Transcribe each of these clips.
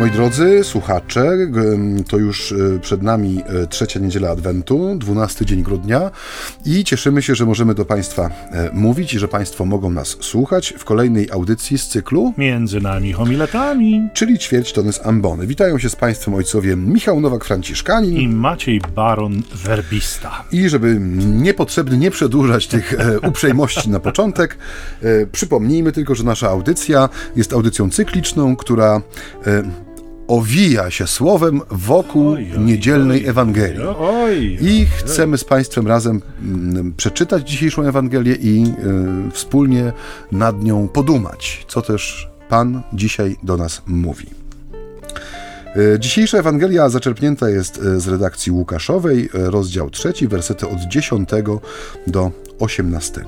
Moi drodzy słuchacze, to już przed nami trzecia niedziela Adwentu, 12 dzień grudnia i cieszymy się, że możemy do Państwa mówić i że Państwo mogą nas słuchać w kolejnej audycji z cyklu Między nami homiletami, czyli ćwierć tony z ambony. Witają się z Państwem ojcowie Michał Nowak-Franciszkanin i Maciej Baron-Werbista. I żeby niepotrzebnie nie przedłużać tych uprzejmości na początek, przypomnijmy tylko, że nasza audycja jest audycją cykliczną, która owija się słowem wokół niedzielnej Ewangelii. I chcemy z Państwem razem przeczytać dzisiejszą Ewangelię i wspólnie nad nią podumać, co też Pan dzisiaj do nas mówi. Dzisiejsza Ewangelia zaczerpnięta jest z redakcji Łukaszowej, rozdział 3, wersety od 10 do 18.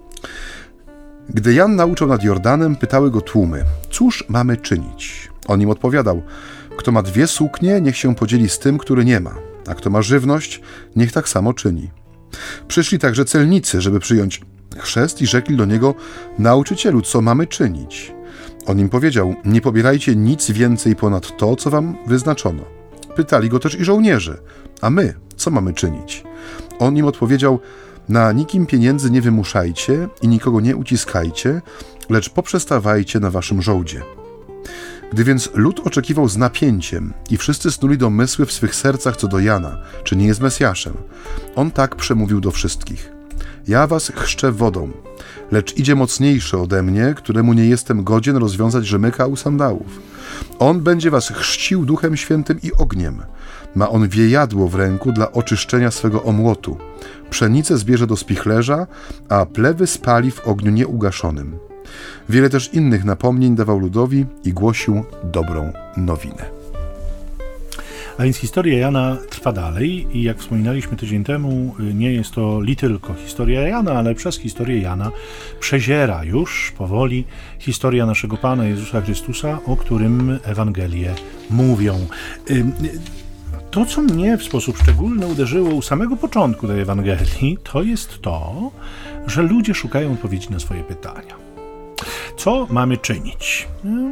Gdy Jan nauczał nad Jordanem, pytały go tłumy: cóż mamy czynić? On im odpowiadał: kto ma 2 suknie, niech się podzieli z tym, który nie ma, a kto ma żywność, niech tak samo czyni. Przyszli także celnicy, żeby przyjąć chrzest i rzekli do niego: nauczycielu, co mamy czynić? On im powiedział: nie pobierajcie nic więcej ponad to, co wam wyznaczono. Pytali go też i żołnierze: a my, co mamy czynić? On im odpowiedział: na nikim pieniędzy nie wymuszajcie i nikogo nie uciskajcie, lecz poprzestawajcie na waszym żołdzie. Gdy więc lud oczekiwał z napięciem i wszyscy snuli domysły w swych sercach co do Jana, czy nie jest Mesjaszem, on tak przemówił do wszystkich: ja was chrzczę wodą, lecz idzie mocniejszy ode mnie, któremu nie jestem godzien rozwiązać rzemyka u sandałów. On będzie was chrzcił Duchem Świętym i ogniem. Ma on wiejadło w ręku dla oczyszczenia swego omłotu. Pszenicę zbierze do spichlerza, a plewy spali w ogniu nieugaszonym. Wiele też innych napomnień dawał ludowi i głosił dobrą nowinę. A więc historia Jana trwa dalej i jak wspominaliśmy tydzień temu, nie jest to tylko historia Jana, ale przez historię Jana przeziera już powoli historia naszego Pana Jezusa Chrystusa, o którym Ewangelie mówią. To, co mnie w sposób szczególny uderzyło u samego początku tej Ewangelii, to jest to, że ludzie szukają odpowiedzi na swoje pytania. Co mamy czynić?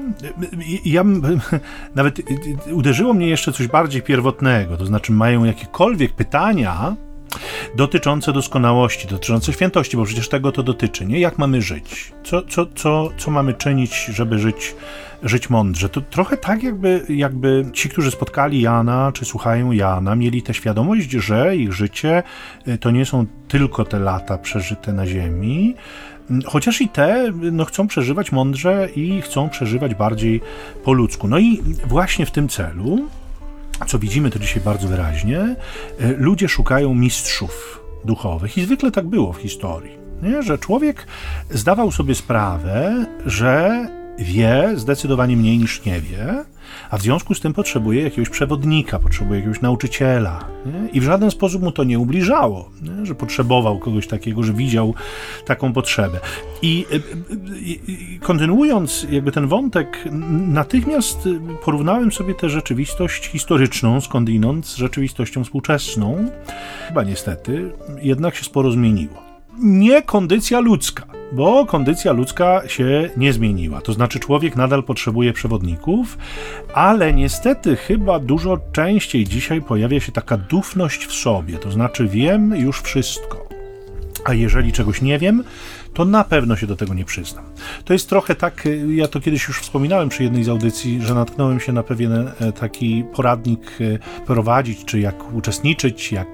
Nawet uderzyło mnie jeszcze coś bardziej pierwotnego, to znaczy mają jakiekolwiek pytania dotyczące doskonałości, dotyczące świętości, bo przecież tego to dotyczy, nie? Jak mamy żyć? Co mamy czynić, żeby żyć mądrze? To trochę tak, jakby ci, którzy spotkali Jana, czy słuchają Jana, mieli tę świadomość, że ich życie to nie są tylko te lata przeżyte na ziemi, chociaż i te chcą przeżywać mądrze i chcą przeżywać bardziej po ludzku. No i właśnie w tym celu, co widzimy to dzisiaj bardzo wyraźnie, ludzie szukają mistrzów duchowych i zwykle tak było w historii, nie? Że człowiek zdawał sobie sprawę, że wie zdecydowanie mniej niż nie wie, a w związku z tym potrzebuje jakiegoś przewodnika, potrzebuje jakiegoś nauczyciela, nie? I w żaden sposób mu to nie ubliżało, nie? Że potrzebował kogoś takiego, że widział taką potrzebę. I kontynuując jakby ten wątek, natychmiast porównałem sobie tę rzeczywistość historyczną skądinąd z rzeczywistością współczesną. Chyba niestety jednak się sporo zmieniło. Nie kondycja ludzka, bo kondycja ludzka się nie zmieniła. To znaczy człowiek nadal potrzebuje przewodników, ale niestety chyba dużo częściej dzisiaj pojawia się taka dufność w sobie. To znaczy wiem już wszystko, a jeżeli czegoś nie wiem, to na pewno się do tego nie przyznam. To jest trochę tak, ja to kiedyś już wspominałem przy jednej z audycji, że natknąłem się na pewien taki poradnik prowadzić, czy jak uczestniczyć, jak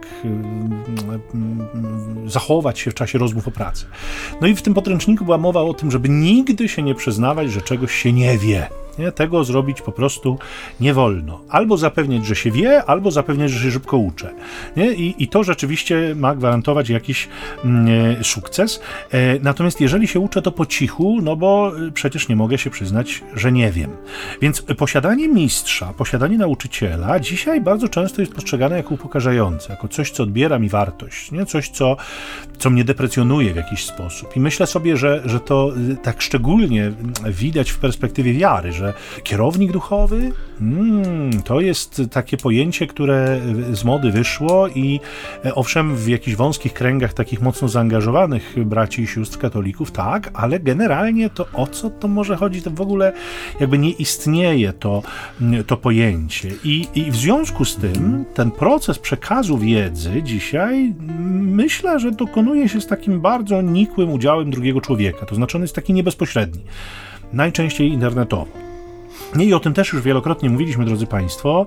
zachować się w czasie rozmów o pracy. No i w tym podręczniku była mowa o tym, żeby nigdy się nie przyznawać, że czegoś się nie wie. Nie? Tego zrobić po prostu nie wolno. Albo zapewniać, że się wie, albo zapewniać, że się szybko uczę. Nie? I to rzeczywiście ma gwarantować jakiś sukces. Natomiast jeżeli się uczę, to po cichu, no bo przecież nie mogę się przyznać, że nie wiem. Więc posiadanie mistrza, posiadanie nauczyciela dzisiaj bardzo często jest postrzegane jako upokarzające, jako coś, co odbiera mi wartość, nie? Coś, co mnie deprecjonuje w jakiś sposób. I myślę sobie, że to tak szczególnie widać w perspektywie wiary, że kierownik duchowy to jest takie pojęcie, które z mody wyszło i owszem, w jakichś wąskich kręgach takich mocno zaangażowanych braci i sióstr katolików, tak, ale generalnie to o co to może chodzić, to w ogóle jakby nie istnieje to pojęcie. I w związku z tym ten proces przekazu wiedzy dzisiaj myślę, że dokonuje się z takim bardzo nikłym udziałem drugiego człowieka, to znaczy on jest taki niebezpośredni, najczęściej internetowo. I o tym też już wielokrotnie mówiliśmy, drodzy Państwo,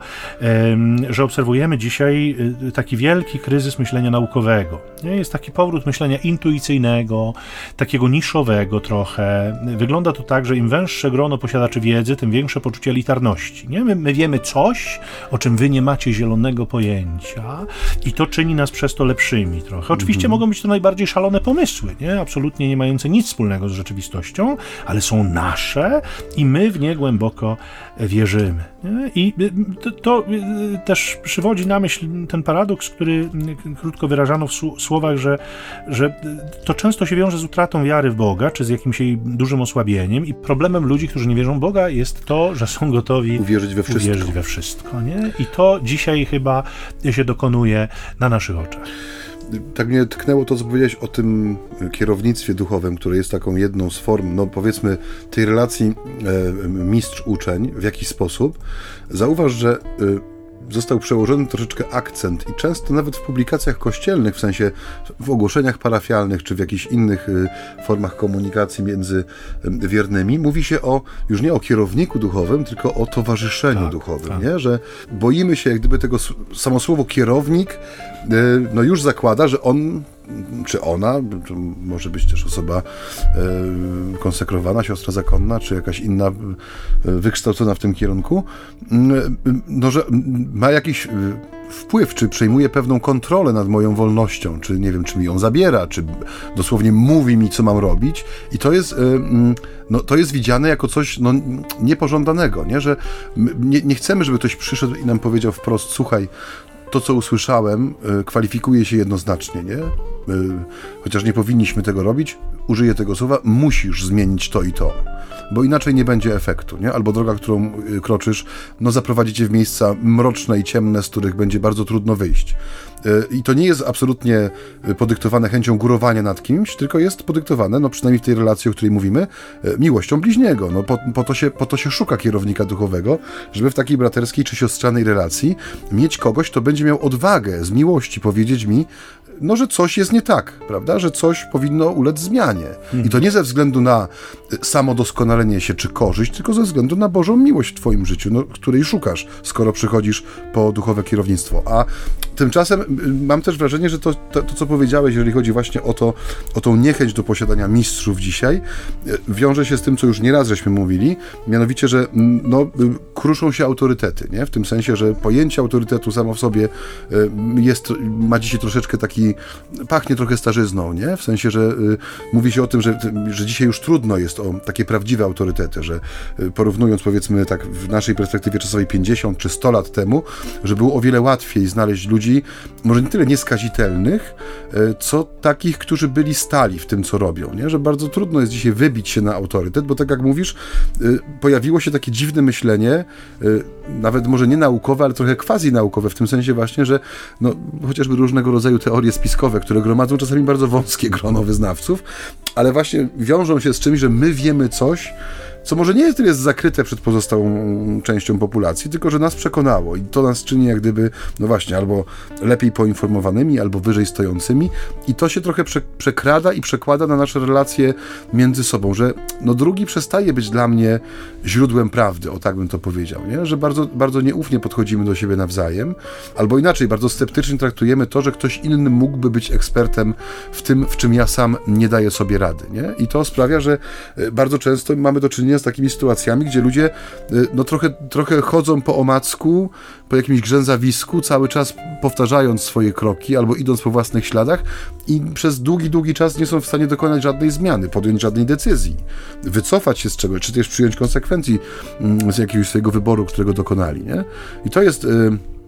że obserwujemy dzisiaj taki wielki kryzys myślenia naukowego. Jest taki powrót myślenia intuicyjnego, takiego niszowego trochę. Wygląda to tak, że im węższe grono posiadaczy wiedzy, tym większe poczucie elitarności. Nie? My wiemy coś, o czym wy nie macie zielonego pojęcia i to czyni nas przez to lepszymi trochę. Oczywiście mogą być to najbardziej szalone pomysły, nie? Absolutnie nie mające nic wspólnego z rzeczywistością, ale są nasze i my w nie głęboko wierzymy. Nie? I to też przywodzi na myśl ten paradoks, który krótko wyrażano w słowach, że to często się wiąże z utratą wiary w Boga, czy z jakimś jej dużym osłabieniem i problemem ludzi, którzy nie wierzą w Boga, jest to, że są gotowi uwierzyć we wszystko. Nie? I to dzisiaj chyba się dokonuje na naszych oczach. Tak mnie tknęło to, co powiedziałeś o tym kierownictwie duchowym, które jest taką jedną z form, no powiedzmy, tej relacji mistrz-uczeń w jakiś sposób. Zauważ, że został przełożony troszeczkę akcent i często nawet w publikacjach kościelnych, w sensie w ogłoszeniach parafialnych, czy w jakichś innych formach komunikacji między wiernymi, mówi się już nie o kierowniku duchowym, tylko o towarzyszeniu duchowym, tak. Nie? Że boimy się jak gdyby tego, samo słowo kierownik no już zakłada, że on czy ona, to może być też osoba konsekrowana, siostra zakonna, czy jakaś inna wykształcona w tym kierunku, no, że ma jakiś wpływ, czy przejmuje pewną kontrolę nad moją wolnością, czy nie wiem, czy mi ją zabiera, czy dosłownie mówi mi, co mam robić i to jest, no, to jest widziane jako coś niepożądanego, nie? Że nie chcemy, żeby ktoś przyszedł i nam powiedział wprost, słuchaj, to, co usłyszałem, kwalifikuje się jednoznacznie, nie? Chociaż nie powinniśmy tego robić, użyję tego słowa, musisz zmienić to i to, bo inaczej nie będzie efektu, nie? Albo droga, którą kroczysz, no zaprowadzi cię w miejsca mroczne i ciemne, z których będzie bardzo trudno wyjść. I to nie jest absolutnie podyktowane chęcią górowania nad kimś, tylko jest podyktowane, no przynajmniej w tej relacji, o której mówimy, miłością bliźniego. No po to się szuka kierownika duchowego, żeby w takiej braterskiej czy siostrzanej relacji mieć kogoś, kto będzie miał odwagę z miłości powiedzieć mi, no, że coś jest nie tak, prawda? Że coś powinno ulec zmianie. I to nie ze względu na samodoskonalenie się czy korzyść, tylko ze względu na Bożą miłość w twoim życiu, no, której szukasz, skoro przychodzisz po duchowe kierownictwo. A tymczasem mam też wrażenie, że to co powiedziałeś, jeżeli chodzi właśnie o tą niechęć do posiadania mistrzów dzisiaj, wiąże się z tym, co już nieraz żeśmy mówili, mianowicie, że no, kruszą się autorytety, nie? W tym sensie, że pojęcie autorytetu samo w sobie ma dzisiaj troszeczkę pachnie trochę starzyzną, nie? W sensie, że mówi się o tym, że dzisiaj już trudno jest o takie prawdziwe autorytety, że porównując, powiedzmy tak w naszej perspektywie czasowej 50 czy 100 lat temu, że było o wiele łatwiej znaleźć ludzi, może nie tyle nieskazitelnych, co takich, którzy byli stali w tym, co robią, nie? Że bardzo trudno jest dzisiaj wybić się na autorytet, bo tak jak mówisz, pojawiło się takie dziwne myślenie, nawet może nie naukowe, ale trochę quasi-naukowe, w tym sensie właśnie, że no, chociażby różnego rodzaju teorie spiskowe, które gromadzą czasami bardzo wąskie grono wyznawców, ale właśnie wiążą się z czymś, że my wiemy coś, co może nie jest zakryte przed pozostałą częścią populacji, tylko że nas przekonało i to nas czyni jak gdyby, no właśnie, albo lepiej poinformowanymi, albo wyżej stojącymi i to się trochę przekrada i przekłada na nasze relacje między sobą, że no drugi przestaje być dla mnie źródłem prawdy, o tak bym to powiedział, nie? Że bardzo, bardzo nieufnie podchodzimy do siebie nawzajem, albo inaczej, bardzo sceptycznie traktujemy to, że ktoś inny mógłby być ekspertem w tym, w czym ja sam nie daję sobie rady, nie? I to sprawia, że bardzo często mamy do czynienia z takimi sytuacjami, gdzie ludzie no trochę chodzą po omacku, po jakimś grzęzawisku, cały czas powtarzając swoje kroki albo idąc po własnych śladach i przez długi czas nie są w stanie dokonać żadnej zmiany, podjąć żadnej decyzji, wycofać się z czegoś, czy też przyjąć konsekwencji z jakiegoś swojego wyboru, którego dokonali, nie? I to jest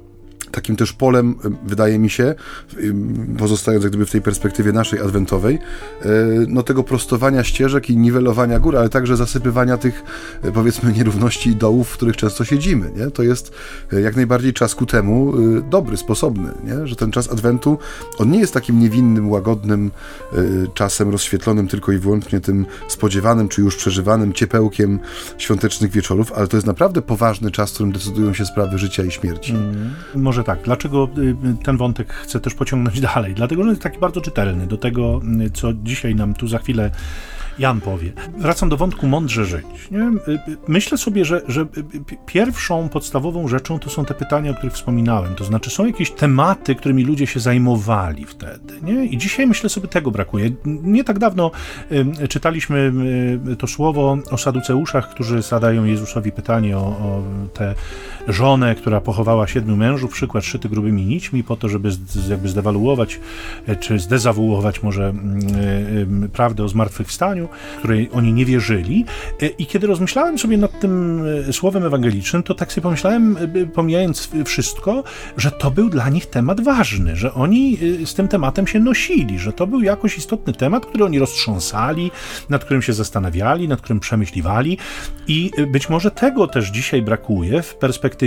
takim też polem, wydaje mi się, pozostając jak gdyby w tej perspektywie naszej adwentowej, no tego prostowania ścieżek i niwelowania gór, ale także zasypywania tych, powiedzmy, nierówności i dołów, w których często siedzimy, nie? To jest jak najbardziej czas ku temu dobry, sposobny, nie? Że ten czas adwentu, on nie jest takim niewinnym, łagodnym czasem rozświetlonym tylko i wyłącznie tym spodziewanym, czy już przeżywanym ciepełkiem świątecznych wieczorów, ale to jest naprawdę poważny czas, w którym decydują się sprawy życia i śmierci. Może tak. Dlaczego ten wątek chcę też pociągnąć dalej? Dlatego, że jest taki bardzo czytelny do tego, co dzisiaj nam tu za chwilę Jan powie. Wracam do wątku mądrze żyć. Nie? Myślę sobie, że pierwszą podstawową rzeczą to są te pytania, o których wspominałem. To znaczy są jakieś tematy, którymi ludzie się zajmowali wtedy. Nie? I dzisiaj myślę sobie tego brakuje. Nie tak dawno czytaliśmy to słowo o Saduceuszach, którzy zadają Jezusowi pytanie o tę żonę, która pochowała 7 mężów, przykład szyty grubymi nićmi, po to, żeby jakby zdewaluować, czy zdezawuować może prawdę o zmartwychwstaniu, której oni nie wierzyli. I kiedy rozmyślałem sobie nad tym słowem ewangelicznym, to tak sobie pomyślałem, pomijając wszystko, że to był dla nich temat ważny, że oni z tym tematem się nosili, że to był jakoś istotny temat, który oni roztrząsali, nad którym się zastanawiali, nad którym przemyśliwali i być może tego też dzisiaj brakuje w perspektywie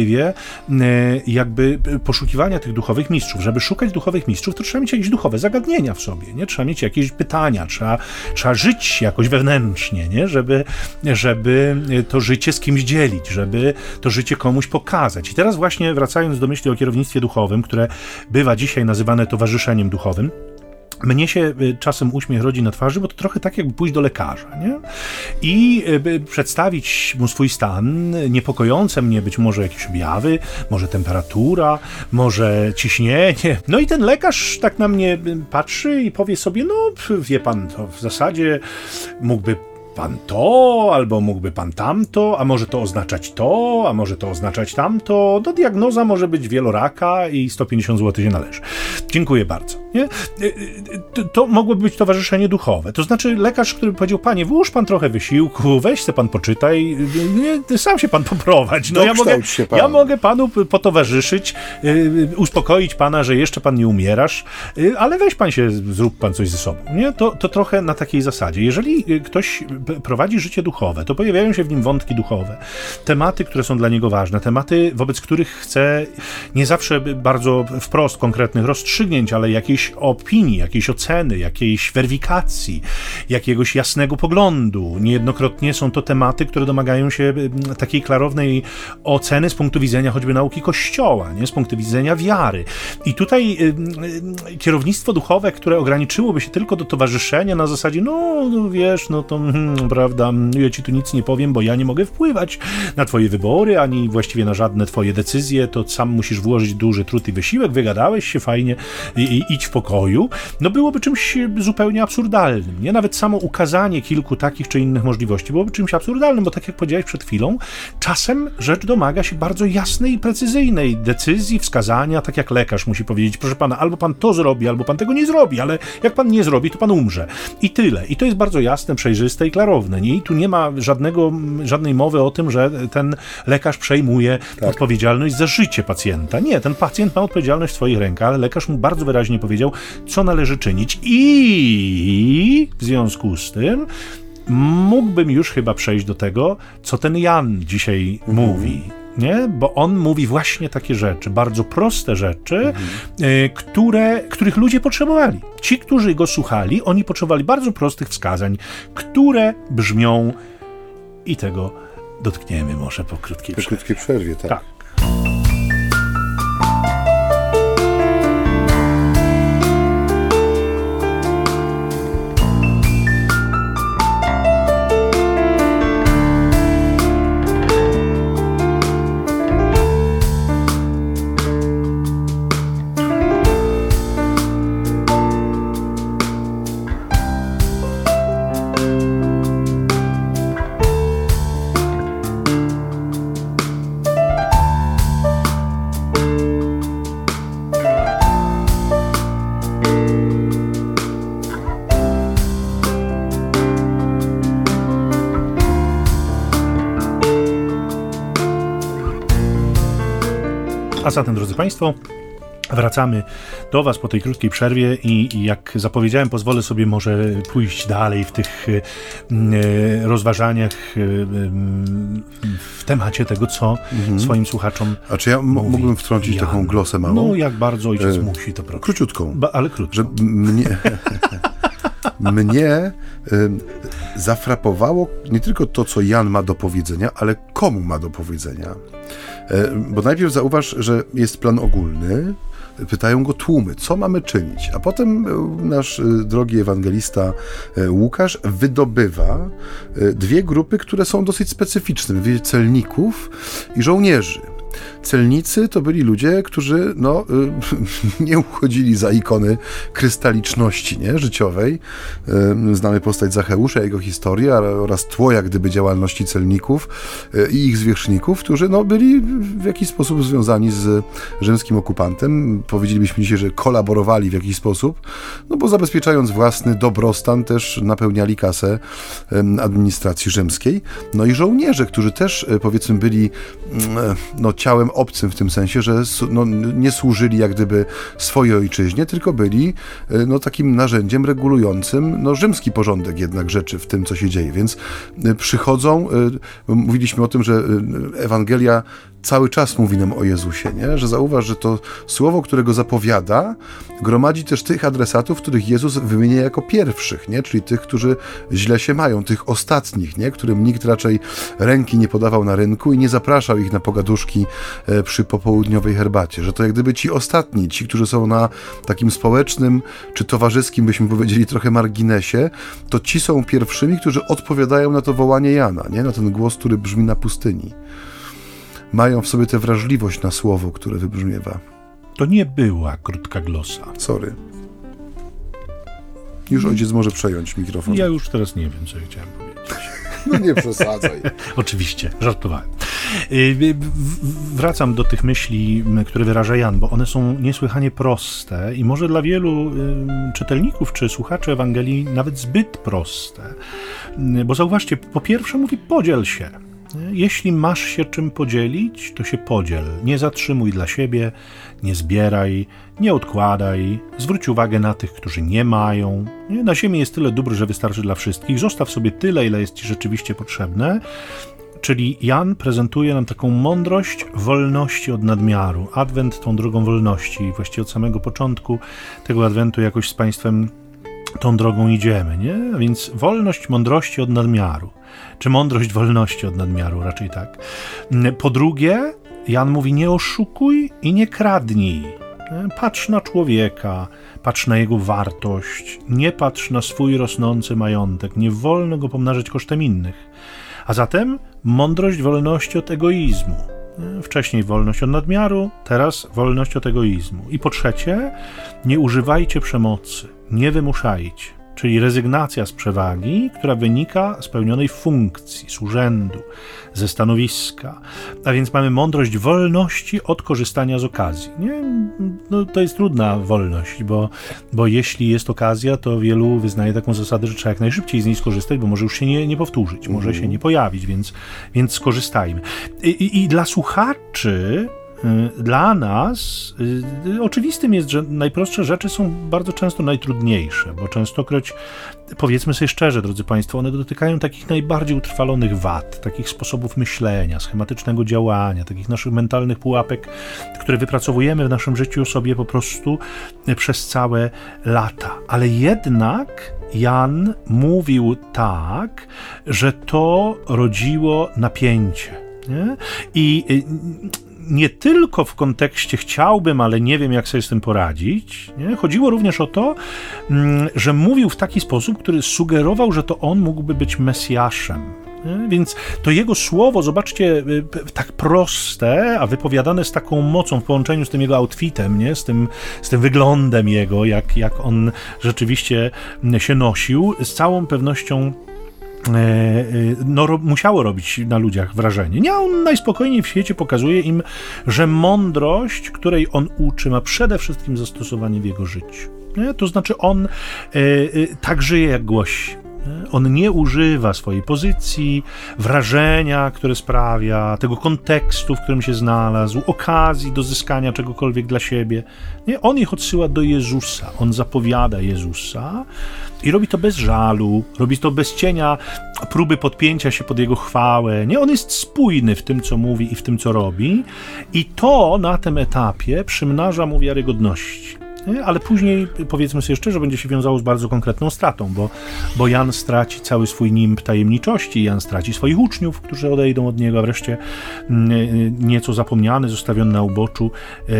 jakby poszukiwania tych duchowych mistrzów. Żeby szukać duchowych mistrzów, to trzeba mieć jakieś duchowe zagadnienia w sobie, nie? Trzeba mieć jakieś pytania, trzeba żyć jakoś wewnętrznie, nie? Żeby to życie z kimś dzielić, żeby to życie komuś pokazać. I teraz właśnie wracając do myśli o kierownictwie duchowym, które bywa dzisiaj nazywane towarzyszeniem duchowym, mnie się czasem uśmiech rodzi na twarzy, bo to trochę tak jakby pójść do lekarza, nie? I przedstawić mu swój stan, niepokojące mnie być może jakieś objawy, może temperatura, może ciśnienie. No i ten lekarz tak na mnie patrzy i powie sobie, no wie pan, to w zasadzie mógłby pan to, albo mógłby pan tamto, a może to oznaczać to, a może to oznaczać tamto. No diagnoza może być wieloraka i 150 zł się należy. Dziękuję bardzo. Nie? To mogłoby być towarzyszenie duchowe. To znaczy lekarz, który powiedział, panie, włóż pan trochę wysiłku, weź se pan poczytaj, sam się pan poprowadź. No ja mogę panu potowarzyszyć, uspokoić pana, że jeszcze pan nie umierasz, ale weź pan się, zrób pan coś ze sobą. Nie? To trochę na takiej zasadzie. Jeżeli ktoś prowadzi życie duchowe, to pojawiają się w nim wątki duchowe, tematy, które są dla niego ważne, tematy, wobec których chce nie zawsze bardzo wprost konkretnych rozstrzygnięć, ale jakiejś opinii, jakiejś oceny, jakiejś weryfikacji, jakiegoś jasnego poglądu. Niejednokrotnie są to tematy, które domagają się takiej klarownej oceny z punktu widzenia choćby nauki Kościoła, nie? Z punktu widzenia wiary. I tutaj kierownictwo duchowe, które ograniczyłoby się tylko do towarzyszenia na zasadzie, no wiesz, no to prawda, ja ci tu nic nie powiem, bo ja nie mogę wpływać na twoje wybory, ani właściwie na żadne twoje decyzje, to sam musisz włożyć duży trud i wysiłek, wygadałeś się fajnie i idź w pokoju, no byłoby czymś zupełnie absurdalnym, nie? Nawet samo ukazanie kilku takich czy innych możliwości byłoby czymś absurdalnym, bo tak jak powiedziałeś przed chwilą, czasem rzecz domaga się bardzo jasnej i precyzyjnej decyzji, wskazania, tak jak lekarz musi powiedzieć, proszę pana, albo pan to zrobi, albo pan tego nie zrobi, ale jak pan nie zrobi, to pan umrze. I tyle. I to jest bardzo jasne, przejrzyste i klarowne, nie? I tu nie ma żadnej mowy o tym, że ten lekarz przejmuje odpowiedzialność za życie pacjenta. Nie, ten pacjent ma odpowiedzialność w swoich rękach, ale lekarz mu bardzo wyraźnie powiedział, co należy czynić i w związku z tym mógłbym już chyba przejść do tego, co ten Jan dzisiaj mówi. Nie? Bo on mówi właśnie takie rzeczy, bardzo proste rzeczy, których ludzie potrzebowali. Ci, którzy go słuchali, oni potrzebowali bardzo prostych wskazań, które brzmią i tego dotkniemy może po krótkiej przerwie. Tak. A zatem, drodzy Państwo, wracamy do Was po tej krótkiej przerwie i jak zapowiedziałem, pozwolę sobie może pójść dalej w tych rozważaniach w temacie tego, co swoim słuchaczom A czy ja mógłbym wtrącić Jan. taką glosę małą? No, jak bardzo ojciec musi, to proszę. Króciutką. Ale krótko. Że mnie zafrapowało nie tylko to, co Jan ma do powiedzenia, ale komu ma do powiedzenia. Bo najpierw zauważ, że jest plan ogólny, pytają go tłumy, co mamy czynić, a potem nasz drogi ewangelista Łukasz wydobywa dwie grupy, które są dosyć specyficzne, celników i żołnierzy. Celnicy to byli ludzie, którzy nie uchodzili za ikony krystaliczności życiowej. Znamy postać Zacheusza, jego historię oraz tło jak gdyby działalności celników i ich zwierzchników, którzy byli w jakiś sposób związani z rzymskim okupantem. Powiedzielibyśmy dzisiaj, że kolaborowali w jakiś sposób, bo zabezpieczając własny dobrostan też napełniali kasę administracji rzymskiej. No i żołnierze, którzy też powiedzmy byli ciałem obcym w tym sensie, że nie służyli jak gdyby swojej ojczyźnie, tylko byli takim narzędziem regulującym rzymski porządek jednak rzeczy w tym, co się dzieje. Więc przychodzą, mówiliśmy o tym, że Ewangelia cały czas mówi nam o Jezusie, nie? Że zauważ, że to słowo, którego zapowiada, gromadzi też tych adresatów, których Jezus wymienia jako pierwszych, nie? Czyli tych, którzy źle się mają, tych ostatnich, nie? Którym nikt raczej ręki nie podawał na rynku i nie zapraszał ich na pogaduszki przy popołudniowej herbacie, że to jak gdyby ci ostatni, ci, którzy są na takim społecznym czy towarzyskim, byśmy powiedzieli, trochę marginesie, to ci są pierwszymi, którzy odpowiadają na to wołanie Jana, nie? Na ten głos, który brzmi na pustyni. Mają w sobie tę wrażliwość na słowo, które wybrzmiewa. To nie była krótka glosa. Sorry. Już ojciec może przejąć mikrofon. Ja już teraz nie wiem, co ja chciałem powiedzieć. No nie przesadzaj. Oczywiście, żartowałem. Wracam do tych myśli, które wyraża Jan, bo one są niesłychanie proste i może dla wielu czytelników czy słuchaczy Ewangelii nawet zbyt proste. Bo zauważcie, po pierwsze mówi podziel się. Jeśli masz się czym podzielić, to się podziel. Nie zatrzymuj dla siebie, nie zbieraj, nie odkładaj. Zwróć uwagę na tych, którzy nie mają. Na ziemi jest tyle dóbr, że wystarczy dla wszystkich. Zostaw sobie tyle, ile jest ci rzeczywiście potrzebne. Czyli Jan prezentuje nam taką mądrość wolności od nadmiaru. Adwent tą drogą wolności. Właściwie od samego początku tego adwentu jakoś z Państwem tą drogą idziemy, nie? A więc wolność mądrości od nadmiaru. Czy mądrość wolności od nadmiaru, raczej tak. Po drugie, Jan mówi, nie oszukuj i nie kradnij. Patrz na człowieka, patrz na jego wartość, nie patrz na swój rosnący majątek, nie wolno go pomnażać kosztem innych. A zatem mądrość wolności od egoizmu. Wcześniej wolność od nadmiaru, teraz wolność od egoizmu. I po trzecie, nie używajcie przemocy, nie wymuszajcie. Czyli rezygnacja z przewagi, która wynika z pełnionej funkcji, z urzędu, ze stanowiska. A więc mamy mądrość wolności od korzystania z okazji. Nie? To jest trudna wolność, bo jeśli jest okazja, to wielu wyznaje taką zasadę, że trzeba jak najszybciej z niej skorzystać, bo może już się nie powtórzyć, może się nie pojawić, więc skorzystajmy. I dla słuchaczy, dla nas oczywistym jest, że najprostsze rzeczy są bardzo często najtrudniejsze, bo częstokroć, powiedzmy sobie szczerze, drodzy Państwo, one dotykają takich najbardziej utrwalonych wad, takich sposobów myślenia, schematycznego działania, takich naszych mentalnych pułapek, które wypracowujemy w naszym życiu sobie po prostu przez całe lata. Ale jednak Jan mówił tak, że to rodziło napięcie. Nie? I nie tylko w kontekście chciałbym, ale nie wiem, jak sobie z tym poradzić. Nie? Chodziło również o to, że mówił w taki sposób, który sugerował, że to on mógłby być Mesjaszem. Nie? Więc to jego słowo, zobaczcie, tak proste, a wypowiadane z taką mocą w połączeniu z tym jego outfitem, nie? Z tym wyglądem jego, jak on rzeczywiście się nosił, z całą pewnością musiało robić na ludziach wrażenie. Nie, on najspokojniej w świecie pokazuje im, że mądrość, której on uczy, ma przede wszystkim zastosowanie w jego życiu. Nie? To znaczy on tak żyje, jak głosi. On nie używa swojej pozycji, wrażenia, które sprawia, tego kontekstu, w którym się znalazł, okazji do zyskania czegokolwiek dla siebie. Nie, on ich odsyła do Jezusa, on zapowiada Jezusa i robi to bez żalu, robi to bez cienia próby podpięcia się pod jego chwałę. Nie, on jest spójny w tym, co mówi i w tym, co robi, i to na tym etapie przymnaża mu wiarygodności. Ale później, powiedzmy sobie szczerze, będzie się wiązało z bardzo konkretną stratą, bo Jan straci cały swój nimb tajemniczości, Jan straci swoich uczniów, którzy odejdą od niego, a wreszcie nieco zapomniany, zostawiony na uboczu,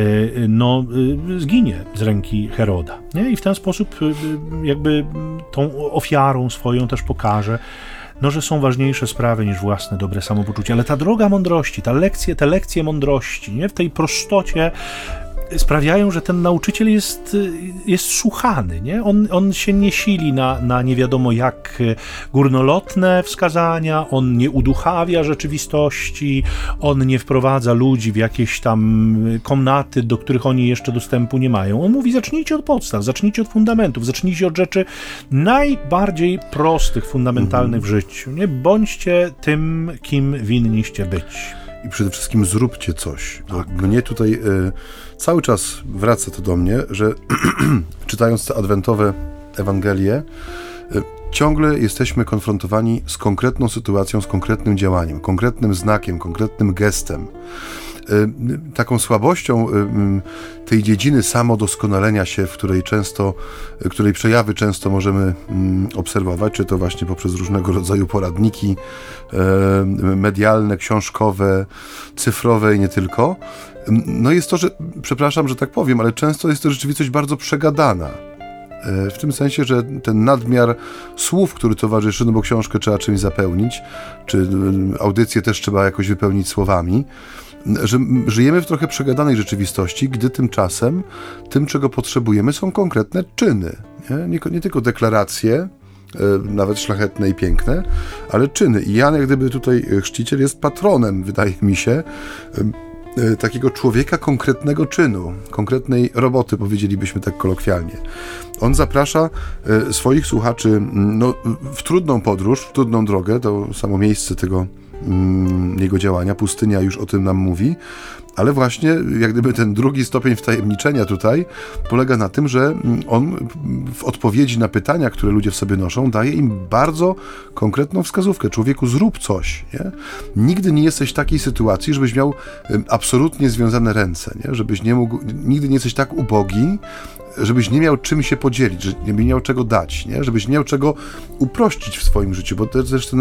zginie z ręki Heroda. Nie? I w ten sposób jakby tą ofiarą swoją też pokaże, że są ważniejsze sprawy niż własne dobre samopoczucie. Ale ta droga mądrości, te lekcje mądrości, nie? W tej prostocie sprawiają, że ten nauczyciel jest słuchany. Nie? On się nie sili na nie wiadomo jak górnolotne wskazania, on nie uduchawia rzeczywistości, on nie wprowadza ludzi w jakieś tam komnaty, do których oni jeszcze dostępu nie mają. On mówi: zacznijcie od podstaw, zacznijcie od fundamentów, zacznijcie od rzeczy najbardziej prostych, fundamentalnych w życiu. Nie? Bądźcie tym, kim winniście być. I przede wszystkim zróbcie coś. Bo mnie tutaj cały czas wraca to do mnie, że czytając te adwentowe Ewangelie, ciągle jesteśmy konfrontowani z konkretną sytuacją, z konkretnym działaniem, konkretnym znakiem, konkretnym gestem. Taką słabością tej dziedziny samodoskonalenia się, której przejawy często możemy obserwować, czy to właśnie poprzez różnego rodzaju poradniki medialne, książkowe, cyfrowe i nie tylko, jest to, że, przepraszam, że tak powiem, ale często jest to rzeczywistość bardzo przegadana. W tym sensie, że ten nadmiar słów, który towarzyszy, bo książkę trzeba czymś zapełnić, czy audycję też trzeba jakoś wypełnić słowami, że żyjemy w trochę przegadanej rzeczywistości, gdy tymczasem tym, czego potrzebujemy, są konkretne czyny. Nie tylko deklaracje, nawet szlachetne i piękne, ale czyny. I Jan, jak gdyby tutaj chrzciciel, jest patronem, wydaje mi się, takiego człowieka konkretnego czynu, konkretnej roboty, powiedzielibyśmy tak kolokwialnie. On zaprasza swoich słuchaczy w trudną podróż, w trudną drogę, to samo miejsce tego jego działania, pustynia już o tym nam mówi, ale właśnie jak gdyby ten drugi stopień wtajemniczenia tutaj polega na tym, że on w odpowiedzi na pytania, które ludzie w sobie noszą, daje im bardzo konkretną wskazówkę. Człowieku, zrób coś. Nie? Nigdy nie jesteś w takiej sytuacji, żebyś miał absolutnie związane ręce, nie? Żebyś nie mógł, nigdy nie jesteś tak ubogi, żebyś nie miał czym się podzielić, że nie miał czego dać, nie? Żebyś nie miał czego uprościć w swoim życiu, bo to też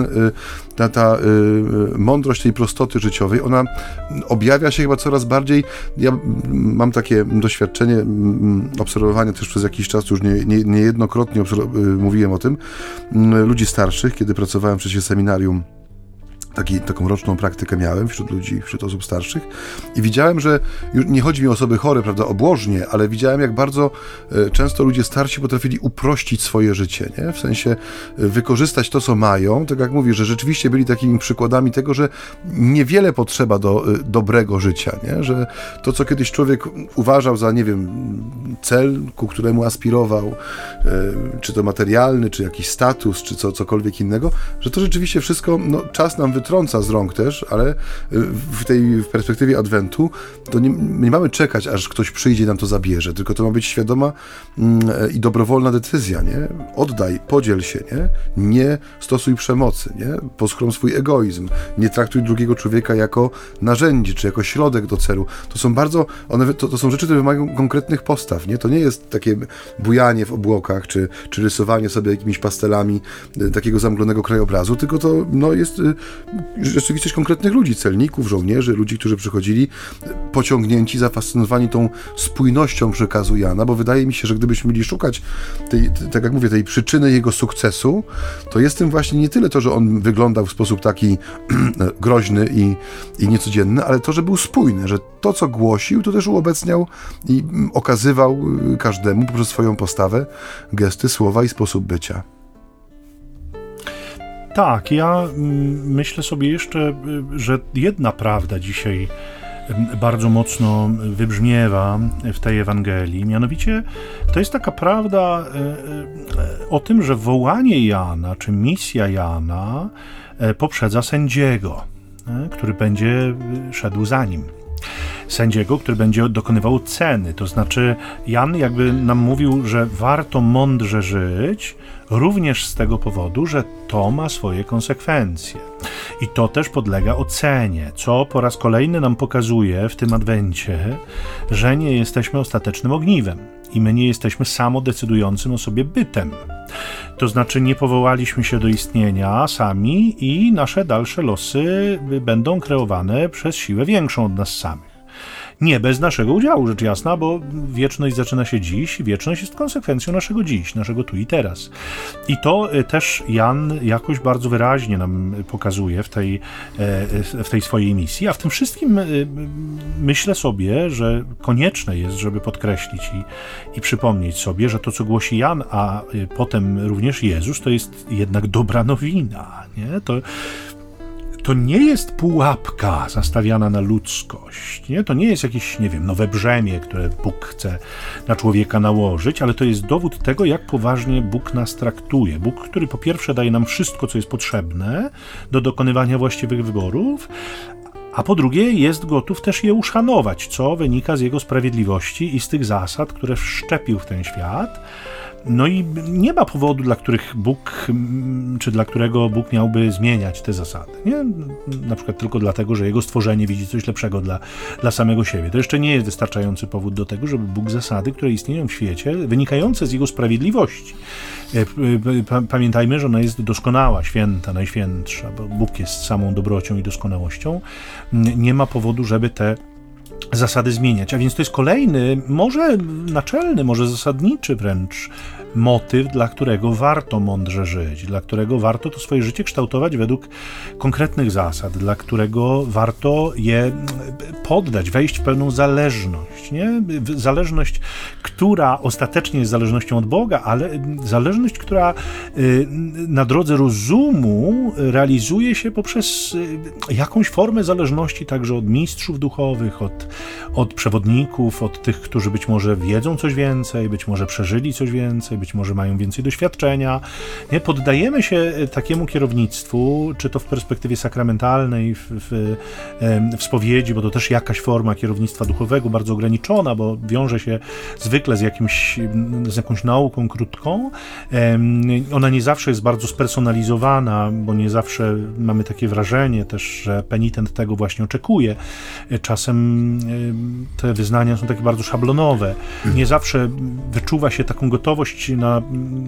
ta mądrość tej prostoty życiowej, ona objawia się chyba coraz bardziej. Ja mam takie doświadczenie obserwowania też przez jakiś czas, już niejednokrotnie mówiłem o tym, ludzi starszych, kiedy pracowałem w czasie seminarium. Taką roczną praktykę miałem wśród ludzi, wśród osób starszych i widziałem, że już nie chodzi mi o osoby chore, prawda, obłożnie, ale widziałem, jak bardzo często ludzie starsi potrafili uprościć swoje życie, nie? W sensie wykorzystać to, co mają, tak jak mówię, że rzeczywiście byli takimi przykładami tego, że niewiele potrzeba do dobrego życia, nie? Że to, co kiedyś człowiek uważał za, nie wiem, cel, ku któremu aspirował, czy to materialny, czy jakiś status, czy cokolwiek innego, że to rzeczywiście wszystko, czas nam wytrąca z rąk też, ale w perspektywie Adwentu to nie mamy czekać, aż ktoś przyjdzie i nam to zabierze, tylko to ma być świadoma i dobrowolna decyzja, nie? Oddaj, podziel się, nie stosuj przemocy, nie? Poschron swój egoizm, nie traktuj drugiego człowieka jako narzędzie, czy jako środek do celu. To są to są rzeczy, które wymagają konkretnych postaw, nie? To nie jest takie bujanie w obłokach, czy rysowanie sobie jakimiś pastelami takiego zamglonego krajobrazu, tylko to jest rzeczywistość konkretnych ludzi, celników, żołnierzy, ludzi, którzy przychodzili pociągnięci, zafascynowani tą spójnością przekazu Jana, bo wydaje mi się, że gdybyśmy mieli szukać tak jak mówię, tej przyczyny jego sukcesu, to jest tym właśnie nie tyle to, że on wyglądał w sposób taki groźny i niecodzienny, ale to, że był spójny, że to, co głosił, to też uobecniał i okazywał każdemu poprzez swoją postawę, gesty, słowa i sposób bycia. Tak, ja myślę sobie jeszcze, że jedna prawda dzisiaj bardzo mocno wybrzmiewa w tej Ewangelii. Mianowicie to jest taka prawda o tym, że wołanie Jana, czy misja Jana poprzedza sędziego, który będzie szedł za nim. Sędziego, który będzie dokonywał ceny. To znaczy Jan jakby nam mówił, że warto mądrze żyć, również z tego powodu, że to ma swoje konsekwencje. I to też podlega ocenie, co po raz kolejny nam pokazuje w tym Adwencie, że nie jesteśmy ostatecznym ogniwem i my nie jesteśmy samodecydującym o sobie bytem. To znaczy nie powołaliśmy się do istnienia sami i nasze dalsze losy będą kreowane przez siłę większą od nas samych. Nie bez naszego udziału, rzecz jasna, bo wieczność zaczyna się dziś, wieczność jest konsekwencją naszego dziś, naszego tu i teraz. I to też Jan jakoś bardzo wyraźnie nam pokazuje w tej swojej misji, a w tym wszystkim myślę sobie, że konieczne jest, żeby podkreślić i przypomnieć sobie, że to, co głosi Jan, a potem również Jezus, to jest jednak dobra nowina, nie? To nie jest pułapka zastawiana na ludzkość, nie? To nie jest jakieś, nie wiem, nowe brzemię, które Bóg chce na człowieka nałożyć, ale to jest dowód tego, jak poważnie Bóg nas traktuje. Bóg, który po pierwsze daje nam wszystko, co jest potrzebne do dokonywania właściwych wyborów, a po drugie jest gotów też je uszanować, co wynika z Jego sprawiedliwości i z tych zasad, które wszczepił w ten świat. No i nie ma powodu, dla którego Bóg miałby zmieniać te zasady. Nie? Na przykład tylko dlatego, że Jego stworzenie widzi coś lepszego dla samego siebie. To jeszcze nie jest wystarczający powód do tego, żeby Bóg zasady, które istnieją w świecie, wynikające z Jego sprawiedliwości. Pamiętajmy, że ona jest doskonała, święta, najświętsza, bo Bóg jest samą dobrocią i doskonałością. Nie ma powodu, żeby te zasady zmieniać. A więc to jest kolejny, może naczelny, może zasadniczy wręcz motyw, dla którego warto mądrze żyć, dla którego warto to swoje życie kształtować według konkretnych zasad, dla którego warto je poddać, wejść w pełną zależność. Nie? Zależność, która ostatecznie jest zależnością od Boga, ale zależność, która na drodze rozumu realizuje się poprzez jakąś formę zależności także od mistrzów duchowych, od przewodników, od tych, którzy być może wiedzą coś więcej, być może przeżyli coś więcej, być może mają więcej doświadczenia. Nie? Poddajemy się takiemu kierownictwu, czy to w perspektywie sakramentalnej, w spowiedzi, bo to też jakaś forma kierownictwa duchowego, bardzo ograniczona, bo wiąże się zwykle z jakąś nauką krótką. Ona nie zawsze jest bardzo spersonalizowana, bo nie zawsze mamy takie wrażenie też, że penitent tego właśnie oczekuje. Czasem te wyznania są takie bardzo szablonowe. Nie zawsze wyczuwa się taką gotowość na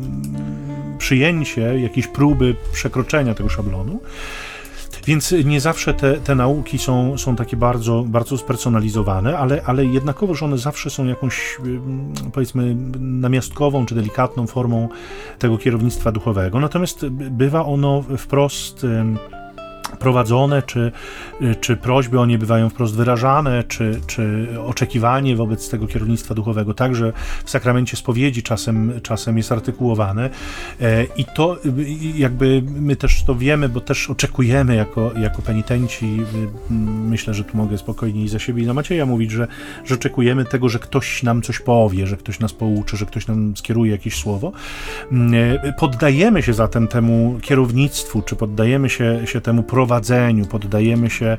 przyjęcie jakiejś próby przekroczenia tego szablonu. Więc nie zawsze te nauki są takie bardzo, bardzo spersonalizowane, ale jednakowoż one zawsze są jakąś, powiedzmy, namiastkową czy delikatną formą tego kierownictwa duchowego. Natomiast bywa ono wprost prowadzone, czy prośby o nie bywają wprost wyrażane, czy oczekiwanie wobec tego kierownictwa duchowego także w sakramencie spowiedzi czasem jest artykułowane i to jakby my też to wiemy, bo też oczekujemy jako penitenci, myślę, że tu mogę spokojnie i za siebie i za Macieja mówić, że oczekujemy tego, że ktoś nam coś powie, że ktoś nas pouczy, że ktoś nam skieruje jakieś słowo. Poddajemy się zatem temu kierownictwu, czy poddajemy się temu prowadzeniu, poddajemy się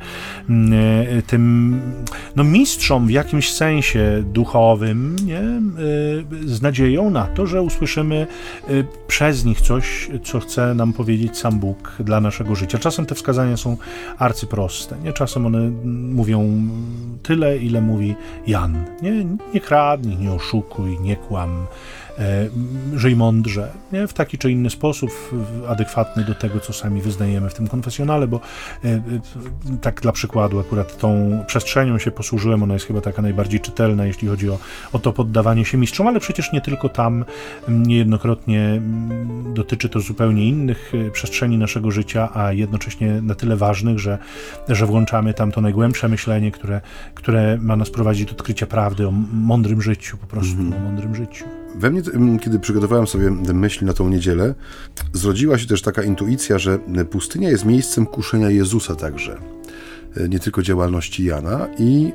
tym mistrzom w jakimś sensie duchowym, nie? Z nadzieją na to, że usłyszymy przez nich coś, co chce nam powiedzieć sam Bóg dla naszego życia. Czasem te wskazania są arcyproste, nie? Czasem one mówią tyle, ile mówi Jan. Nie kradnij, nie oszukuj, nie kłam, żyj mądrze, nie? W taki czy inny sposób, adekwatny do tego, co sami wyznajemy w tym konfesjonale, bo tak dla przykładu akurat tą przestrzenią się posłużyłem, ona jest chyba taka najbardziej czytelna, jeśli chodzi o to poddawanie się mistrzom, ale przecież nie tylko tam, niejednokrotnie dotyczy to zupełnie innych przestrzeni naszego życia, a jednocześnie na tyle ważnych, że włączamy tam to najgłębsze myślenie, które ma nas prowadzić do odkrycia prawdy o mądrym życiu, po prostu o mądrym życiu. We mnie, kiedy przygotowałem sobie myśli na tą niedzielę, zrodziła się też taka intuicja, że pustynia jest miejscem kuszenia Jezusa także. nie tylko działalności Jana i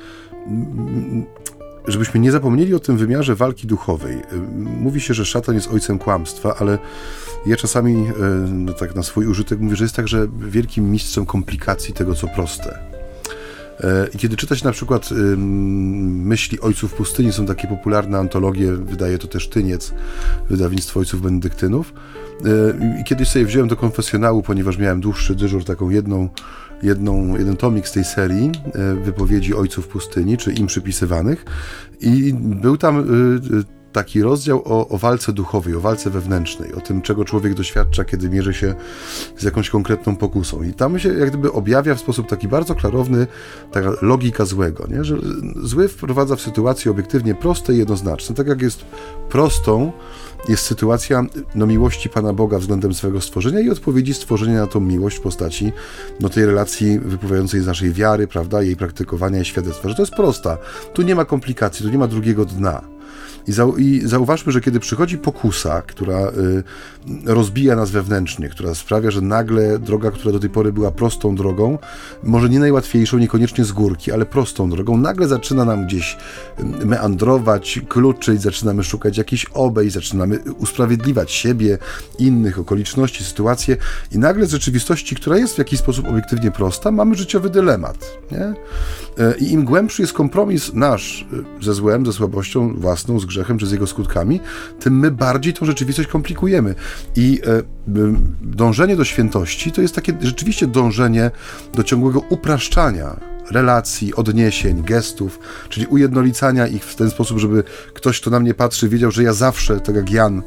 żebyśmy nie zapomnieli o tym wymiarze walki duchowej. Mówi się, że szatan jest ojcem kłamstwa, ale ja czasami tak na swój użytek mówię, że jest także wielkim mistrzem komplikacji tego, co proste. I kiedy czytać na przykład myśli Ojców Pustyni, są takie popularne antologie, wydaje to też Tyniec, wydawnictwo Ojców Benedyktynów. I kiedyś sobie wziąłem do konfesjonału, ponieważ miałem dłuższy dyżur, taką jeden tomik z tej serii wypowiedzi Ojców Pustyni, czy im przypisywanych. I był tam taki rozdział o walce duchowej, o walce wewnętrznej, o tym, czego człowiek doświadcza, kiedy mierzy się z jakąś konkretną pokusą. I tam się jak gdyby objawia w sposób taki bardzo klarowny taka logika złego, nie? Że zły wprowadza w sytuacje obiektywnie proste i jednoznaczne. Tak jak jest prostą jest sytuacja miłości Pana Boga względem swego stworzenia i odpowiedzi stworzenia na tą miłość w postaci tej relacji wypływającej z naszej wiary, prawda, jej praktykowania i świadectwa, że to jest prosta. Tu nie ma komplikacji, tu nie ma drugiego dna. I zauważmy, że kiedy przychodzi pokusa, która rozbija nas wewnętrznie, która sprawia, że nagle droga, która do tej pory była prostą drogą, może nie najłatwiejszą, niekoniecznie z górki, ale prostą drogą, nagle zaczyna nam gdzieś meandrować, kluczyć, zaczynamy szukać jakichś obejść, zaczynamy usprawiedliwiać siebie, innych, okoliczności, sytuacje i nagle z rzeczywistości, która jest w jakiś sposób obiektywnie prosta, mamy życiowy dylemat. Nie? I im głębszy jest kompromis nasz ze złem, ze słabością własną, z grzechem czy z jego skutkami, tym my bardziej tą rzeczywistość komplikujemy. I dążenie do świętości to jest takie rzeczywiście dążenie do ciągłego upraszczania relacji, odniesień, gestów, czyli ujednolicania ich w ten sposób, żeby ktoś, kto na mnie patrzy, wiedział, że ja zawsze, tak jak Jan,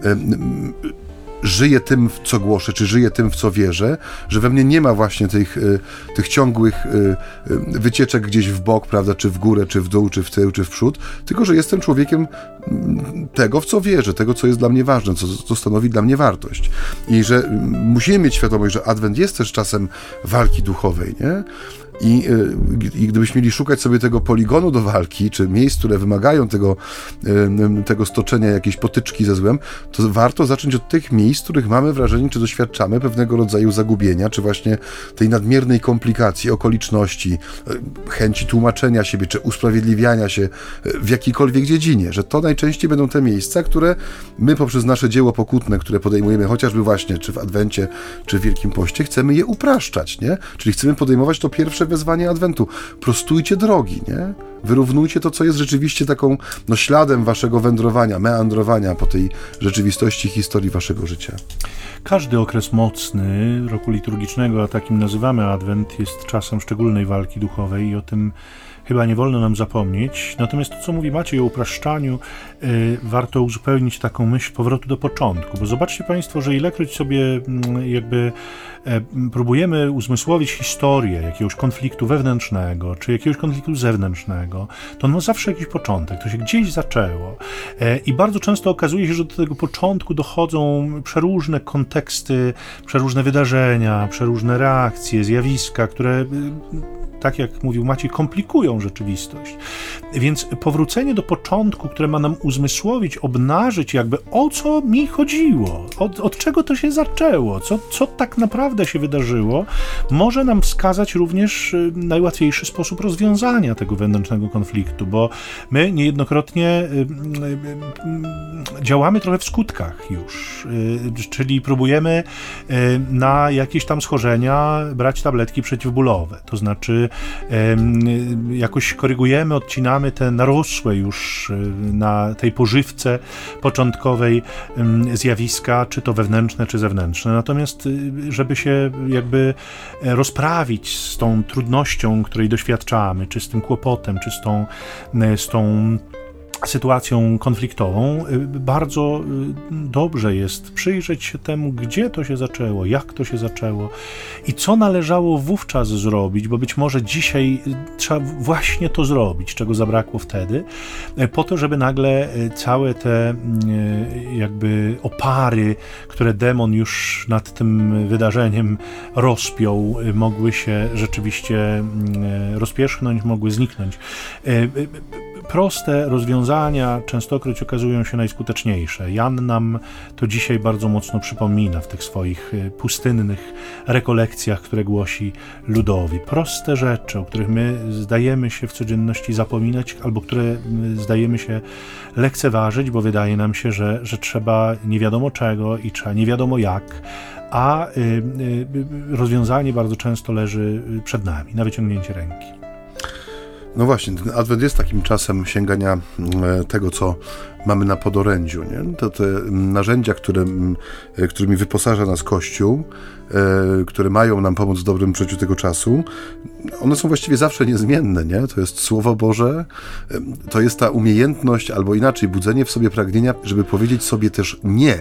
żyję tym, w co głoszę, czy żyję tym, w co wierzę, że we mnie nie ma właśnie tych ciągłych wycieczek gdzieś w bok, prawda, czy w górę, czy w dół, czy w tył, czy w przód, tylko że jestem człowiekiem tego, w co wierzę, tego, co jest dla mnie ważne, co stanowi dla mnie wartość. I że musimy mieć świadomość, że Adwent jest też czasem walki duchowej, nie? I gdybyśmy mieli szukać sobie tego poligonu do walki, czy miejsc, które wymagają tego stoczenia jakiejś potyczki ze złem, to warto zacząć od tych miejsc, w których mamy wrażenie, czy doświadczamy pewnego rodzaju zagubienia, czy właśnie tej nadmiernej komplikacji, okoliczności, chęci tłumaczenia siebie, czy usprawiedliwiania się w jakiejkolwiek dziedzinie, że to najczęściej będą te miejsca, które my poprzez nasze dzieło pokutne, które podejmujemy chociażby właśnie, czy w Adwencie, czy w Wielkim Poście, chcemy je upraszczać, nie? Czyli chcemy podejmować to pierwsze wezwanie Adwentu. Prostujcie drogi, nie? Wyrównujcie to, co jest rzeczywiście taką śladem waszego wędrowania, meandrowania po tej rzeczywistości, historii waszego życia. Każdy okres mocny roku liturgicznego, a takim nazywamy Adwent, jest czasem szczególnej walki duchowej i o tym chyba nie wolno nam zapomnieć. Natomiast to, co mówi Maciej o upraszczaniu, warto uzupełnić taką myśl powrotu do początku, bo zobaczcie Państwo, że ilekroć sobie jakby próbujemy uzmysłowić historię jakiegoś konfliktu wewnętrznego, czy jakiegoś konfliktu zewnętrznego, to on ma zawsze jakiś początek, to się gdzieś zaczęło. I bardzo często okazuje się, że do tego początku dochodzą przeróżne konteksty, przeróżne wydarzenia, przeróżne reakcje, zjawiska, które, tak jak mówił Maciej, komplikują rzeczywistość. Więc powrócenie do początku, które ma nam uzmysłowić, obnażyć jakby o co mi chodziło, od czego to się zaczęło, co tak naprawdę się wydarzyło, może nam wskazać również najłatwiejszy sposób rozwiązania tego wewnętrznego konfliktu, bo my niejednokrotnie działamy trochę w skutkach już, czyli próbujemy na jakieś tam schorzenia brać tabletki przeciwbólowe, to znaczy jakoś korygujemy, odcinamy te narosłe już na tej pożywce początkowej zjawiska, czy to wewnętrzne, czy zewnętrzne. Natomiast żeby się jakby rozprawić z tą trudnością, której doświadczamy, czy z tym kłopotem, czy z tą sytuacją konfliktową, bardzo dobrze jest przyjrzeć się temu, gdzie to się zaczęło, jak to się zaczęło i co należało wówczas zrobić, bo być może dzisiaj trzeba właśnie to zrobić, czego zabrakło wtedy, po to, żeby nagle całe te jakby opary, które demon już nad tym wydarzeniem rozpiął, mogły się rzeczywiście rozpierzchnąć, mogły zniknąć. proste rozwiązania częstokroć okazują się najskuteczniejsze. Jan nam to dzisiaj bardzo mocno przypomina w tych swoich pustynnych rekolekcjach, które głosi ludowi. Proste rzeczy, o których my zdajemy się w codzienności zapominać, albo które zdajemy się lekceważyć, bo wydaje nam się, że trzeba nie wiadomo czego i trzeba nie wiadomo jak, a rozwiązanie bardzo często leży przed nami, na wyciągnięcie ręki. No właśnie, ten Adwent jest takim czasem sięgania tego, co mamy na podorędziu, nie? To te narzędzia, którymi wyposaża nas Kościół, które mają nam pomóc w dobrym przeżyciu tego czasu, one są właściwie zawsze niezmienne, nie? To jest Słowo Boże, to jest ta umiejętność, albo inaczej, budzenie w sobie pragnienia, żeby powiedzieć sobie też nie.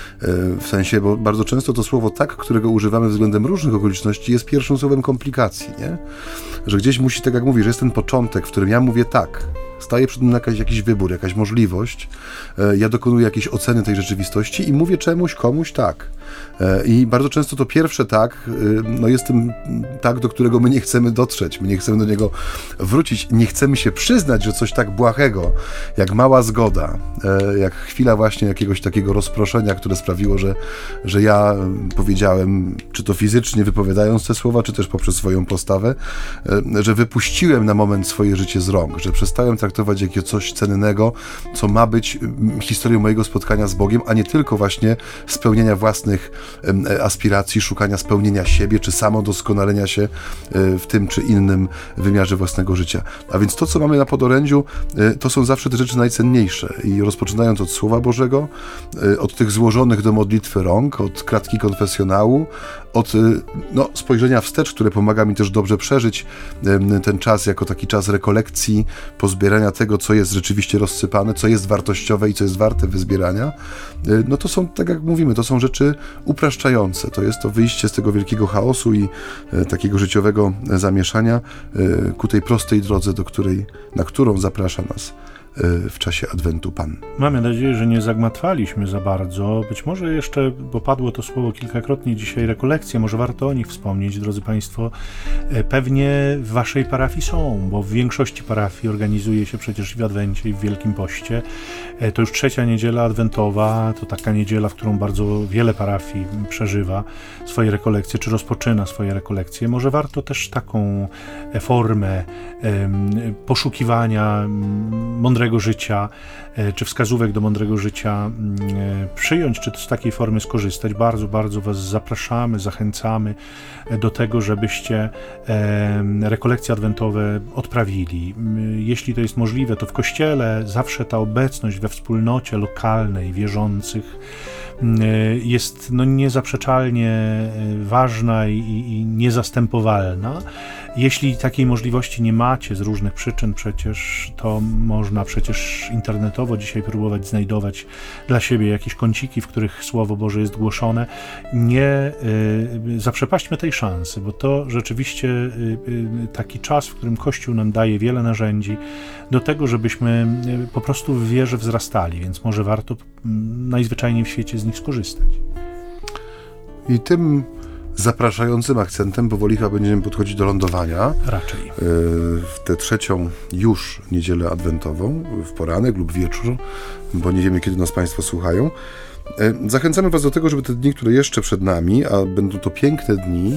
W sensie, bo bardzo często to słowo tak, którego używamy względem różnych okoliczności, jest pierwszym słowem komplikacji, nie? Że gdzieś musi, tak jak mówisz, jest ten początek, w którym ja mówię tak. Staje przed mną jakiś wybór, jakaś możliwość. Ja dokonuję jakiejś oceny tej rzeczywistości i mówię czemuś, komuś tak. I bardzo często to pierwsze tak, no jest tym tak, do którego my nie chcemy dotrzeć, my nie chcemy do niego wrócić, nie chcemy się przyznać, że coś tak błahego, jak mała zgoda, jak chwila właśnie jakiegoś takiego rozproszenia, które sprawiło, że ja powiedziałem, czy to fizycznie wypowiadając te słowa, czy też poprzez swoją postawę, że wypuściłem na moment swoje życie z rąk, że przestałem traktować jako coś cennego, co ma być historią mojego spotkania z Bogiem, a nie tylko właśnie spełnienia własnych aspiracji, szukania spełnienia siebie, czy samodoskonalenia się w tym czy innym wymiarze własnego życia. A więc to, co mamy na podorędziu, to są zawsze te rzeczy najcenniejsze. I rozpoczynając od Słowa Bożego, od tych złożonych do modlitwy rąk, od kratki konfesjonału, od spojrzenia wstecz, które pomaga mi też dobrze przeżyć ten czas jako taki czas rekolekcji, pozbierania tego, co jest rzeczywiście rozsypane, co jest wartościowe i co jest warte wyzbierania, no to są, tak jak mówimy, to są rzeczy upraszczające. To jest to wyjście z tego wielkiego chaosu i takiego życiowego zamieszania ku tej prostej drodze, na którą zaprasza nas w czasie Adwentu Pan. Mamy nadzieję, że nie zagmatwaliśmy za bardzo. Być może jeszcze, bo padło to słowo kilkakrotnie dzisiaj, rekolekcje, może warto o nich wspomnieć, drodzy Państwo. Pewnie w Waszej parafii są, bo w większości parafii organizuje się przecież i w Adwencie, i w Wielkim Poście. To już trzecia niedziela adwentowa, to taka niedziela, w którą bardzo wiele parafii przeżywa swoje rekolekcje, czy rozpoczyna swoje rekolekcje. Może warto też taką formę poszukiwania mądrego życia, czy wskazówek do mądrego życia przyjąć, czy z takiej formy skorzystać. Bardzo, bardzo Was zapraszamy, zachęcamy do tego, żebyście rekolekcje adwentowe odprawili. Jeśli to jest możliwe, to w kościele zawsze ta obecność we wspólnocie lokalnej wierzących jest niezaprzeczalnie ważna i niezastępowalna. Jeśli takiej możliwości nie macie z różnych przyczyn, przecież to można internetowo dzisiaj próbować znajdować dla siebie jakieś kąciki, w których Słowo Boże jest głoszone. Nie zaprzepaśćmy tej szansy, bo to rzeczywiście taki czas, w którym Kościół nam daje wiele narzędzi do tego, żebyśmy po prostu w wierze wzrastali, więc może warto najzwyczajniej w świecie z nich skorzystać. I tym zapraszającym akcentem powoli chyba będziemy podchodzić do lądowania. Raczej. W tę trzecią już niedzielę adwentową, w poranek lub wieczór, bo nie wiemy, kiedy nas Państwo słuchają. Zachęcamy Was do tego, żeby te dni, które jeszcze przed nami, a będą to piękne dni,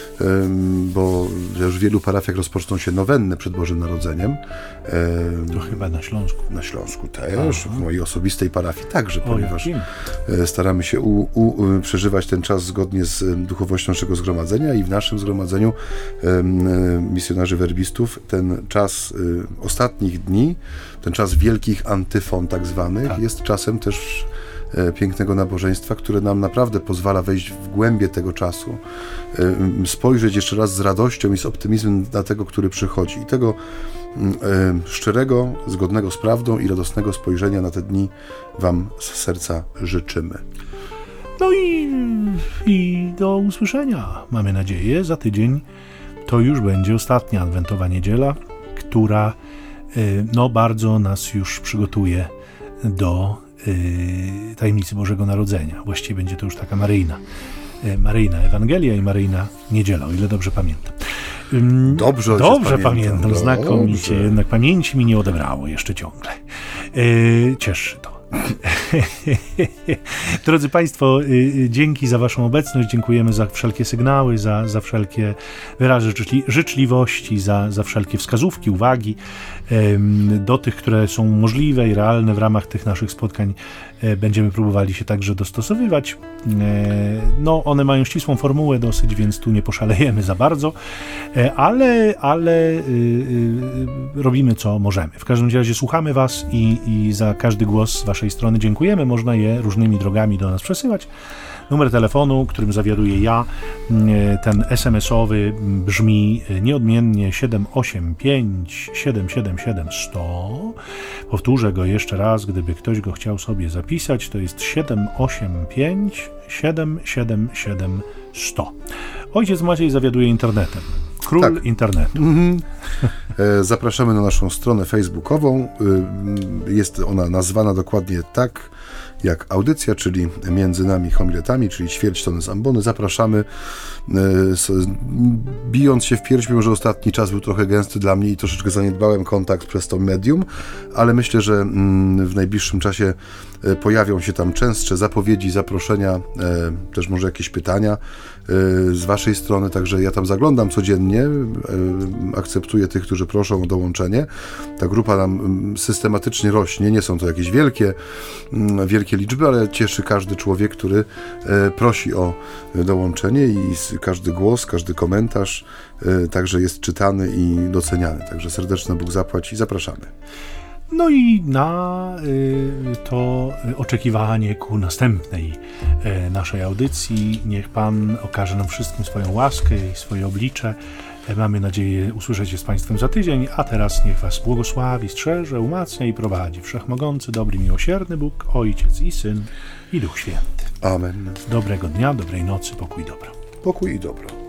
bo już w wielu parafiach rozpoczną się nowenny przed Bożym Narodzeniem. To chyba na Śląsku. Na Śląsku też, w mojej osobistej parafii także, ponieważ staramy się przeżywać ten czas zgodnie z duchowością naszego zgromadzenia i w naszym zgromadzeniu misjonarzy werbistów ten czas ostatnich dni, ten czas wielkich antyfon tak zwanych, jest czasem też pięknego nabożeństwa, które nam naprawdę pozwala wejść w głębię tego czasu, spojrzeć jeszcze raz z radością i z optymizmem na tego, który przychodzi. I tego szczerego, zgodnego z prawdą i radosnego spojrzenia na te dni Wam z serca życzymy. No i do usłyszenia. Mamy nadzieję, za tydzień to już będzie ostatnia adwentowa niedziela, która bardzo nas już przygotuje do tajemnicy Bożego Narodzenia. Właściwie będzie to już taka maryjna Ewangelia i maryjna niedziela, o ile dobrze pamiętam. Dobrze pamiętam, znakomicie. Jednak pamięci mi nie odebrało jeszcze ciągle. Cieszy to. Drodzy Państwo, dzięki za Waszą obecność, dziękujemy za wszelkie sygnały, za wszelkie wyrazy życzliwości, za wszelkie wskazówki, uwagi do tych, które są możliwe i realne w ramach tych naszych spotkań. Będziemy próbowali się także dostosowywać. No, one mają ścisłą formułę dosyć, więc tu nie poszalejemy za bardzo, ale robimy co możemy. W każdym razie słuchamy Was i za każdy głos z Waszej strony dziękujemy. Można je różnymi drogami do nas przesyłać. Numer telefonu, którym zawiaduję ja, ten SMS-owy brzmi nieodmiennie 785 777 100. Powtórzę go jeszcze raz, gdyby ktoś go chciał sobie zapisać. To jest 785 777 100. Ojciec Maciej zawiaduje internetem. Król internetu. Zapraszamy na naszą stronę facebookową. Jest ona nazwana dokładnie tak jak audycja, czyli Między nami homiletami, czyli ćwierć tony z ambony. Zapraszamy, bijąc się w pierś, mimo że ostatni czas był trochę gęsty dla mnie i troszeczkę zaniedbałem kontakt przez to medium, ale myślę, że w najbliższym czasie pojawią się tam częstsze zapowiedzi, zaproszenia, też może jakieś pytania z Waszej strony, także ja tam zaglądam codziennie, akceptuję tych, którzy proszą o dołączenie. Ta grupa nam systematycznie rośnie, nie są to jakieś wielkie liczby, ale cieszy każdy człowiek, który prosi o dołączenie i każdy głos, każdy komentarz także jest czytany i doceniany. Także serdeczne Bóg zapłać i zapraszamy. No i na to oczekiwanie ku następnej naszej audycji niech Pan okaże nam wszystkim swoją łaskę i swoje oblicze. Mamy nadzieję usłyszeć się z Państwem za tydzień, a teraz niech Was błogosławi, strzeże, umacnia i prowadzi Wszechmogący, dobry, miłosierny Bóg, Ojciec i Syn i Duch Święty. Amen. Dobrego dnia, dobrej nocy, pokój i dobro. Pokój i dobro.